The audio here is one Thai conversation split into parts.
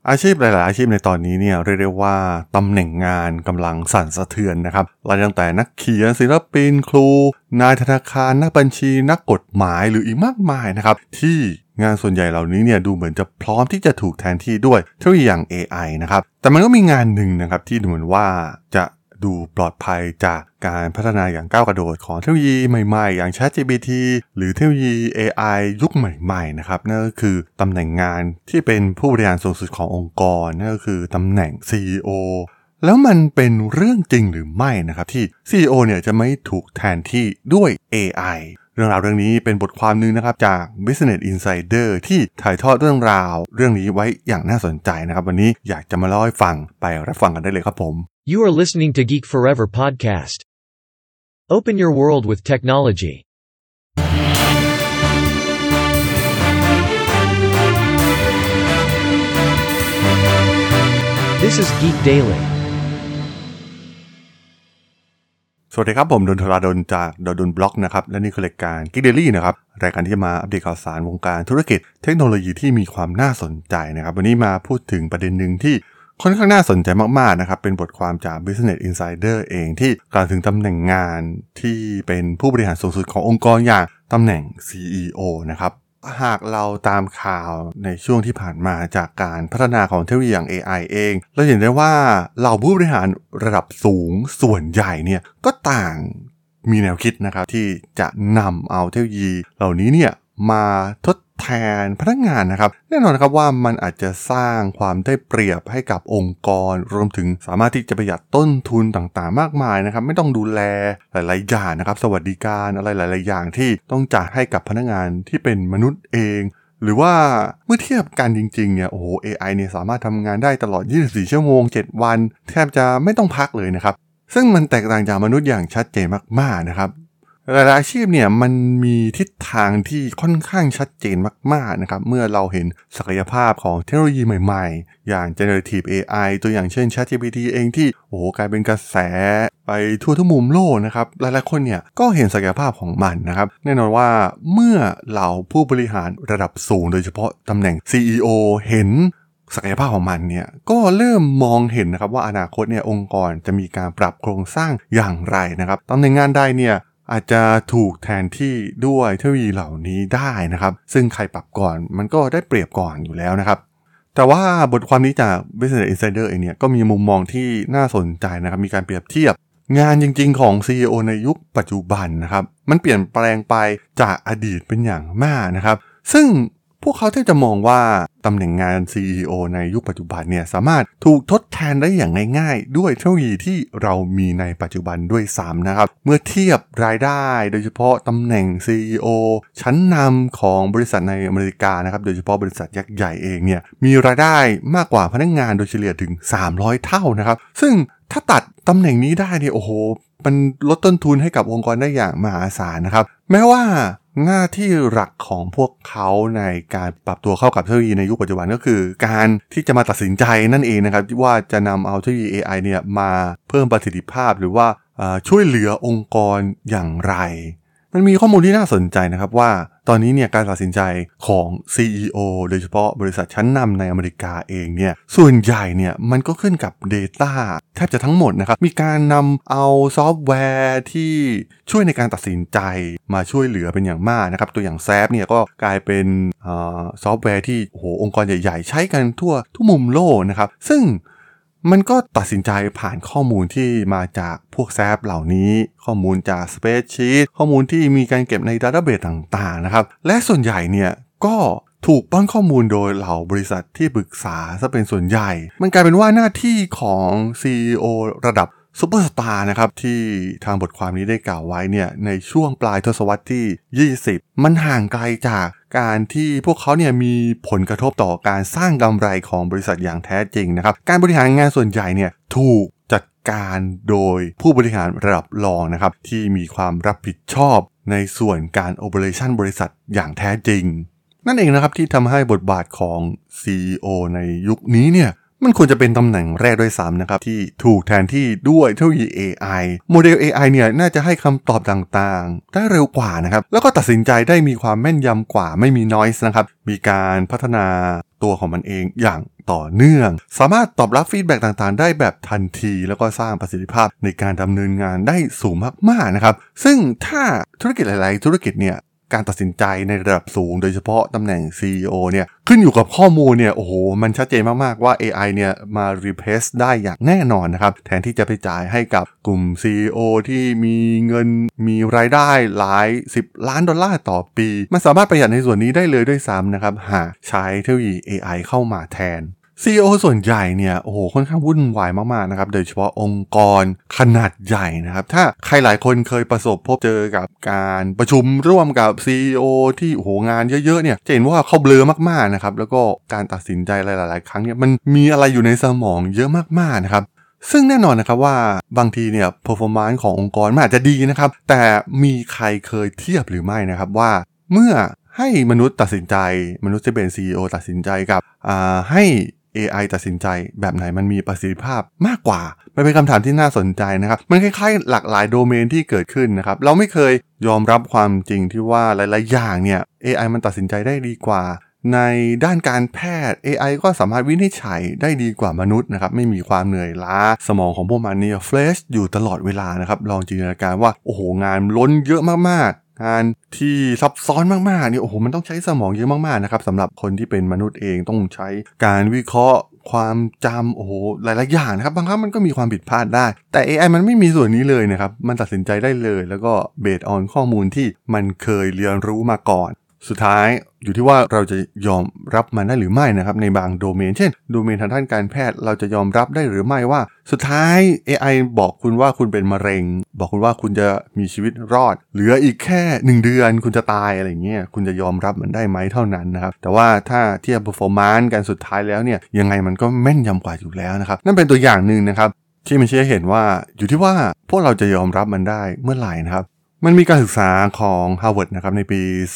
อาชีพหลายๆอาชีพในตอนนี้เนี่ยเรียกได้ว่าตำแหน่งงานกำลังสั่นสะเทือนนะครับไล่ตั้งแต่นักเขียนศิลปินครูนายธนาคารนักบัญชีนักกฎหมายหรืออีกมากมายนะครับที่งานส่วนใหญ่เหล่านี้เนี่ยดูเหมือนจะพร้อมที่จะถูกแทนที่ด้วยเทคโนโลยีอย่าง AI นะครับแต่มันก็มีงานหนึ่งนะครับที่ดูเหมือนว่าจะดูปลอดภัยจากการพัฒนาอย่างก้าวกระโดดของเทคโนโลยีใหม่ๆอย่าง ChatGPT หรือเทคโนโลยี AI ยุคใหม่ๆนะครับนั่นก็คือตำแหน่งงานที่เป็นผู้บริหารสูงสุดขององค์กรนั่นก็คือตำแหน่ง CEO แล้วมันเป็นเรื่องจริงหรือไม่นะครับที่ CEO เนี่ยจะไม่ถูกแทนที่ด้วย AI เรื่องราวเรื่องนี้เป็นบทความนึงนะครับจาก Business Insider ที่ถ่ายทอดเรื่องราวเรื่องนี้ไว้อย่างน่าสนใจนะครับวันนี้อยากจะมาเล่าให้ฟังไปรับฟังกันได้เลยครับผม You are listening to Geek Forever podcast. Open your world with technology. This is Geek Daily. สวัสดีครับผมดนทราดลจากดนบล็อกนะครับและนี่คือรายการ Geek Daily นะครับรายการที่จะมาอัปเดตข่าวสารวงการธุรกิจเทคโนโลยีที่มีความน่าสนใจนะครับวันนี้มาพูดถึงประเด็นหนึ่งที่ค่อนข้างน่าสนใจมากๆนะครับเป็นบทความจาก Business Insider เองที่กล่าวถึงตำแหน่งงานที่เป็นผู้บริหารสูงสุดขององค์กรอย่างตำแหน่ง CEO นะครับหากเราตามข่าวในช่วงที่ผ่านมาจากการพัฒนาของเทคโนโลยีอย่าง AI เองเราเห็นได้ว่าเหล่าผู้บริหารระดับสูงส่วนใหญ่เนี่ยก็ต่างมีแนวคิดนะครับที่จะนำเอาเทคโนโลยีเหล่านี้เนี่ยมาทดแทนพนักงานนะครับแน่นอนครับว่ามันอาจจะสร้างความได้เปรียบให้กับองค์กรรวมถึงสามารถที่จะประหยัดต้นทุนต่างๆมากมายนะครับไม่ต้องดูแลหลายๆอย่างนะครับสวัสดิการอะไรหลายๆอย่างที่ต้องจ่ายให้กับพนักงานที่เป็นมนุษย์เองหรือว่าเมื่อเทียบกันจริงๆเนี่ยโอ้โห AI เนี่ยสามารถทำงานได้ตลอด24ชั่วโมง7วันแทบจะไม่ต้องพักเลยนะครับซึ่งมันแตกต่างจากมนุษย์อย่างชัดเจนมากๆนะครับหลายอาชีพเนี่ยมันมีทิศทางที่ค่อนข้างชัดเจนมากๆนะครับเมื่อเราเห็นศักยภาพของเทคโนโลยีใหม่ๆอย่าง Generative AI ตัวอย่างเช่น ChatGPT เองที่โอ้โหกลายเป็นกระแสไปทั่วทุกมุมโลกนะครับหลายๆคนเนี่ยก็เห็นศักยภาพของมันนะครับแน่นอนว่าเมื่อเราผู้บริหารระดับสูงโดยเฉพาะตำแหน่ง CEO เห็นศักยภาพของมันเนี่ยก็เริ่มมองเห็นนะครับว่าอนาคตเนี่ยองค์กรจะมีการปรับโครงสร้างอย่างไรนะครับตำแหน่งงานใดเนี่ยอาจจะถูกแทนที่ด้วยเทคโนโลยีเหล่านี้ได้นะครับซึ่งใครปรับก่อนมันก็ได้เปรียบก่อนอยู่แล้วนะครับแต่ว่าบทความนี้จาก Business Insider เองเนี่ยก็มีมุมมองที่น่าสนใจนะครับมีการเปรียบเทียบงานจริงๆของ CEO ในยุคปัจจุบันนะครับมันเปลี่ยนแปลงไปจากอดีตเป็นอย่างมากนะครับซึ่งพวกเขาแทบจะมองว่าตำแหน่งงาน CEO ในยุคปัจจุบันเนี่ยสามารถถูกทดแทนได้อย่างง่ายๆด้วยเทคโนโลยีที่เรามีในปัจจุบันด้วยซ้ำนะครับเมื่อเทียบรายได้โดยเฉพาะตำแหน่ง CEO ชั้นนำของบริษัทในอเมริกานะครับโดยเฉพาะบริษัทยักษ์ใหญ่เองเนี่ยมีรายได้มากกว่าพนักงานโดยเฉลี่ยถึง300เท่านะครับซึ่งถ้าตัดตำแหน่งนี้ได้เนี่ยโอ้โหมันลดต้นทุนให้กับองค์กรได้อย่างมหาศาลนะครับแม้ว่าหน้าที่หลักของพวกเขาในการปรับตัวเข้ากับเทคโนโลยีในยุคปัจจุบันก็คือการที่จะมาตัดสินใจนั่นเองนะครับว่าจะนำเอาเทคโนโลยี AI เนี่ยมาเพิ่มประสิทธิภาพหรือว่าช่วยเหลือองค์กรอย่างไรมันมีข้อมูลที่น่าสนใจนะครับว่าตอนนี้เนี่ยการตัดสินใจของ CEO โดยเฉพาะบริษัทชั้นนำในอเมริกาเองเนี่ยส่วนใหญ่เนี่ยมันก็ขึ้นกับ Data แทบจะทั้งหมดนะครับมีการนำเอาซอฟต์แวร์ที่ช่วยในการตัดสินใจมาช่วยเหลือเป็นอย่างมากนะครับตัวอย่าง SAP เนี่ยก็กลายเป็นซอฟต์แวร์ที่โอ้โหองค์กรใหญ่ๆใช้กันทั่วทุกมุมโลกนะครับซึ่งมันก็ตัดสินใจผ่านข้อมูลที่มาจากพวกแซฟเหล่านี้ข้อมูลจาก Spreadsheet ข้อมูลที่มีการเก็บใน Database ต่างๆนะครับและส่วนใหญ่เนี่ยก็ถูกป้อนข้อมูลโดยเหล่าบริษัทที่ปรึกษาซะเป็นส่วนใหญ่มันกลายเป็นว่าหน้าที่ของ CEO ระดับซุปเปอร์สตาร์นะครับที่ทางบทความนี้ได้กล่าวไว้เนี่ยในช่วงปลายทศวรรษที่20มันห่างไกลจากการที่พวกเขาเนี่ยมีผลกระทบต่อการสร้างกำไรของบริษัทอย่างแท้จริงนะครับการบริหารงานส่วนใหญ่เนี่ยถูกจัดการโดยผู้บริหารระดับรองนะครับที่มีความรับผิดชอบในส่วนการโอเปอเรชั่นบริษัทอย่างแท้จริงนั่นเองนะครับที่ทำให้บทบาทของ CEO ในยุคนี้เนี่ยมันควรจะเป็นตำแหน่งแรกด้วยซ้ำนะครับที่ถูกแทนที่ด้วยเทคโนโลยี AI โมเดล AI เนี่ยน่าจะให้คำตอบต่างๆได้เร็วกว่านะครับแล้วก็ตัดสินใจได้มีความแม่นยำกว่าไม่มี noise นะครับมีการพัฒนาตัวของมันเองอย่างต่อเนื่องสามารถตอบรับฟีดแบ็กต่างๆได้แบบทันทีแล้วก็สร้างประสิทธิภาพในการดำเนินงานได้สูงมากๆนะครับซึ่งถ้าธุรกิจหลายๆธุรกิจเนี่ยการตัดสินใจในระดับสูงโดยเฉพาะตำแหน่ง CEO เนี่ยขึ้นอยู่กับข้อมูลเนี่ยโอ้โหมันชัดเจนมากๆว่า AI เนี่ยมา replace ได้อย่างแน่นอนนะครับแทนที่จะไปจ่ายให้กับกลุ่ม CEO ที่มีเงินมีรายได้หลาย10 ล้านดอลลาร์ต่อปีมันสามารถประหยัดในส่วนนี้ได้เลยด้วยซ้ำนะครับหากใช้เทคโนโลยี AI เข้ามาแทนCEO ส่วนใหญ่เนี่ยโอ้โหค่อนข้างวุ่นวายมากๆนะครับโดยเฉพาะองค์กรขนาดใหญ่นะครับถ้าใครหลายคนเคยประสบพบเจอกับการประชุมร่วมกับ CEO ที่โอ้โหงานเยอะๆเนี่ยจะเห็นว่าเขาเบลอมากๆนะครับแล้วก็การตัดสินใจหลายๆครั้งเนี่ยมันมีอะไรอยู่ในสมองเยอะมากๆนะครับซึ่งแน่นอนนะครับว่าบางทีเนี่ย performance ขององค์กรมันอาจจะดีนะครับแต่มีใครเคยเทียบหรือไม่นะครับว่าเมื่อให้มนุษย์ตัดสินใจมนุษย์ที่เป็น CEO ตัดสินใจกับให้AI ตัดสินใจแบบไหนมันมีประสิทธิภาพมากกว่ามันเป็นคำถามที่น่าสนใจนะครับมันคล้ายๆหลากหลายโดเมนที่เกิดขึ้นนะครับเราไม่เคยยอมรับความจริงที่ว่าหลายๆอย่างเนี่ย AI มันตัดสินใจได้ดีกว่าในด้านการแพทย์ AI ก็สามารถวินิจฉัยได้ดีกว่ามนุษย์นะครับไม่มีความเหนื่อยล้าสมองของพวกมันเนี่ยเฟรชอยู่ตลอดเวลานะครับลองจินตนาการว่าโอ้โหงานล้นเยอะมากๆงานที่ซับซ้อนมากๆนี่โอ้โหมันต้องใช้สมองเยอะมากๆนะครับสำหรับคนที่เป็นมนุษย์เองต้องใช้การวิเคราะห์ความจำโอ้โหหลายๆอย่างนะครับบางครั้งมันก็มีความผิดพลาดได้แต่ AI มันไม่มีส่วนนี้เลยนะครับมันตัดสินใจได้เลยแล้วก็เบสออนข้อมูลที่มันเคยเรียนรู้มาก่อนสุดท้ายอยู่ที่ว่าเราจะยอมรับมันได้หรือไม่นะครับในบางโดเมนเช่นโดเมนทางด้านการแพทย์เราจะยอมรับได้หรือไม่ว่าสุดท้าย AI บอกคุณว่าคุณเป็นมะเร็งบอกคุณว่าคุณจะมีชีวิตรอดเหลืออีกแค่1 เดือนคุณจะตายอะไรเงี้ยคุณจะยอมรับมันได้ไหมเท่านั้นนะครับแต่ว่าถ้าเทียบ performance กันสุดท้ายแล้วเนี่ยยังไงมันก็แม่นยำกว่าอยู่แล้วนะครับนั่นเป็นตัวอย่างนึงนะครับที่มันชี้ให้เห็นว่าอยู่ที่ว่าพวกเราจะยอมรับมันได้เมื่อไหร่นะครับมันมีการศึกษาของ Harvard นะครับในปี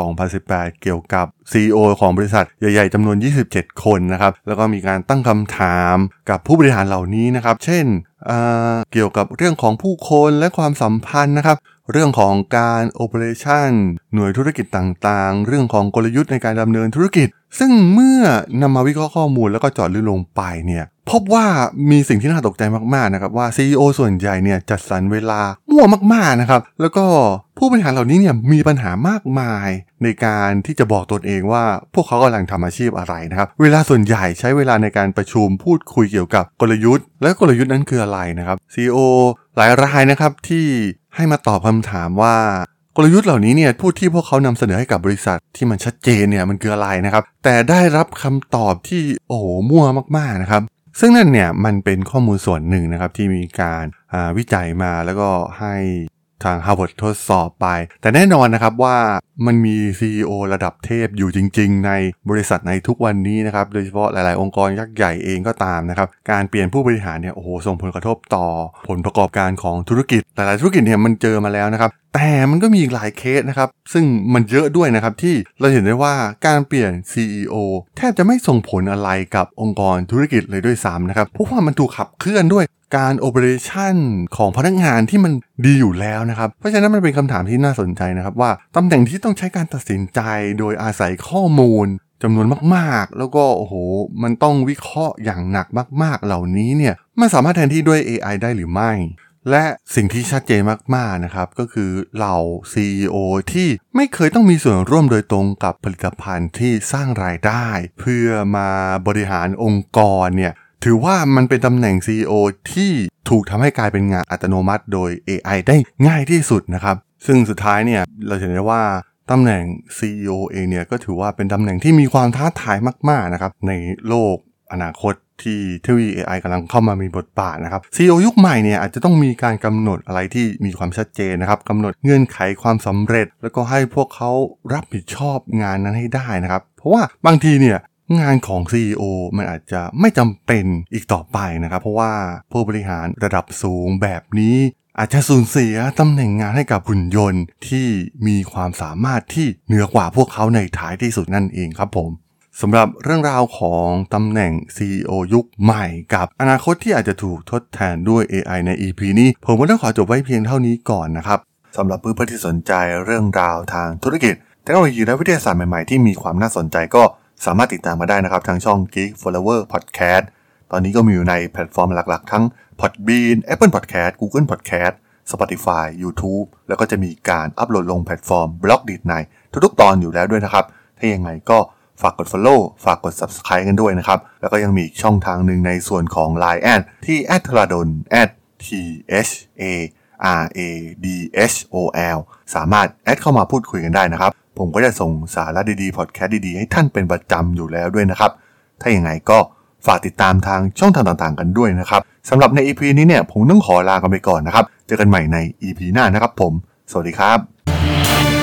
2018 เกี่ยวกับ CEO ของบริษัทใหญ่ๆจำนวน 27 คนนะครับแล้วก็มีการตั้งคำถามกับผู้บริหารเหล่านี้นะครับเช่นเกี่ยวกับเรื่องของผู้คนและความสัมพันธ์นะครับเรื่องของการ operation หน่วยธุรกิจต่างๆเรื่องของกลยุทธ์ในการดำเนินธุรกิจซึ่งเมื่อนำมาวิเคราะห์ข้อมูลแล้วก็เจาะลึกลงไปเนี่ยพบว่ามีสิ่งที่น่าตกใจมากๆนะครับว่า CEO ส่วนใหญ่เนี่ยจัดสรรเวลามั่วมากๆนะครับแล้วก็ผู้บริหารเหล่านี้เนี่ยมีปัญหามากมายในการที่จะบอกตนเองว่าพวกเขากำลังทำอาชีพอะไรนะครับเวลาส่วนใหญ่ใช้เวลาในการประชุมพูดคุยเกี่ยวกับกลยุทธ์และกลยุทธ์นั้นคืออะไรนะครับ CEO หลายรายนะครับที่ให้มาตอบคำถามว่ากลยุทธ์เหล่านี้เนี่ยพูดที่พวกเขานำเสนอให้กับบริษัทที่มันชัดเจนเนี่ยมันคืออะไรนะครับแต่ได้รับคำตอบที่โอ้โหมั่วมากๆนะครับซึ่งนั่นเนี่ยมันเป็นข้อมูลส่วนหนึ่งนะครับที่มีการวิจัยมาแล้วก็ให้ทาง Harvard ทดสอบไปแต่แน่นอนนะครับว่ามันมี CEO ระดับเทพอยู่จริงๆในบริษัทในทุกวันนี้นะครับโดยเฉพาะหลายๆองค์กรยักษ์ใหญ่เองก็ตามนะครับการเปลี่ยนผู้บริหารเนี่ยโอ้โหส่งผลกระทบต่อผลประกอบการของธุรกิจหลายๆธุรกิจเนี่ยมันเจอมาแล้วนะครับแต่มันก็มีอีกหลายเคสนะครับซึ่งมันเยอะด้วยนะครับที่เราเห็นได้ว่าการเปลี่ยน CEO แทบจะไม่ส่งผลอะไรกับองค์กรธุรกิจเลยด้วยซ้ำนะครับเพราะว่ามันถูกขับเคลื่อนด้วยการโอเปอเรชั่นของพนักงานที่มันดีอยู่แล้วนะครับเพราะฉะนั้นมันเป็นคำถามที่น่าสนใจนะครับว่าตำแหน่งที่ต้องใช้การตัดสินใจโดยอาศัยข้อมูลจำนวนมากๆแล้วก็โอ้โหมันต้องวิเคราะห์อย่างหนักมากๆเหล่านี้เนี่ยมันสามารถแทนที่ด้วย AI ได้หรือไม่และสิ่งที่ชัดเจนมากๆนะครับก็คือเหล่า CEO ที่ไม่เคยต้องมีส่วนร่วมโดยตรงกับผลิตภัณฑ์ที่สร้างรายได้เพื่อมาบริหารองค์กรเนี่ยถือว่ามันเป็นตำแหน่ง CEO ที่ถูกทำให้กลายเป็นงานอัตโนมัติโดย AI ได้ง่ายที่สุดนะครับซึ่งสุดท้ายเนี่ยเราเห็นได้ว่าตำแหน่ง CEO เองเนี่ยก็ถือว่าเป็นตำแหน่งที่มีความท้าทายมากๆนะครับในโลกอนาคตที่เทคโนโลยี AI กำลังเข้ามามีบทบาทนะครับ CEO ยุคใหม่เนี่ยอาจจะต้องมีการกำหนดอะไรที่มีความชัดเจนนะครับกำหนดเงื่อนไขความสำเร็จแล้วก็ให้พวกเขารับผิดชอบงานนั้นให้ได้นะครับเพราะว่าบางทีเนี่ยงานของ CEO มันอาจจะไม่จำเป็นอีกต่อไปนะครับเพราะว่าผู้บริหารระดับสูงแบบนี้อาจจะสูญเสียตำแหน่งงานให้กับหุ่นยนต์ที่มีความสามารถที่เหนือกว่าพวกเขาในท้ายที่สุดนั่นเองครับผมสำหรับเรื่องราวของตำแหน่ง CEO ยุคใหม่กับอนาคตที่อาจจะถูกทดแทนด้วย AI ใน EP นี้ผมก็ต้องขอจบไว้เพียงเท่านี้ก่อนนะครับสำหรับเพื่อนๆที่สนใจเรื่องราวทางธุรกิจเทคโนโลยีและวิทยาศาสตร์ใหม่ๆที่มีความน่าสนใจก็สามารถติดตามมาได้นะครับทางช่อง Geek Flower Podcast ตอนนี้ก็มีอยู่ในแพลตฟอร์มหลักๆทั้ง Podbean Apple Podcast Google Podcast Spotify YouTube แล้วก็จะมีการอัปโหลดลงแพลตฟอร์ม Blogdit ในทุกๆตอนอยู่แล้วด้วยนะครับถ้ายังไงก็ฝากกด follow ฝากกด subscribe กันด้วยนะครับแล้วก็ยังมีอีกช่องทางหนึ่งในส่วนของ Line แอดที่ @thradol @thradol สามารถแอดเข้ามาพูดคุยกันได้นะครับผมก็จะส่งสาระดีๆพอดแคสต์ดีๆให้ท่านเป็นประจำอยู่แล้วด้วยนะครับถ้าอย่างไรก็ฝากติดตามทางช่องทางต่างๆกันด้วยนะครับสำหรับใน EP นี้เนี่ยผมต้องขอลากันไปก่อนนะครับเจอกันใหม่ใน EP หน้านะครับผมสวัสดีครับ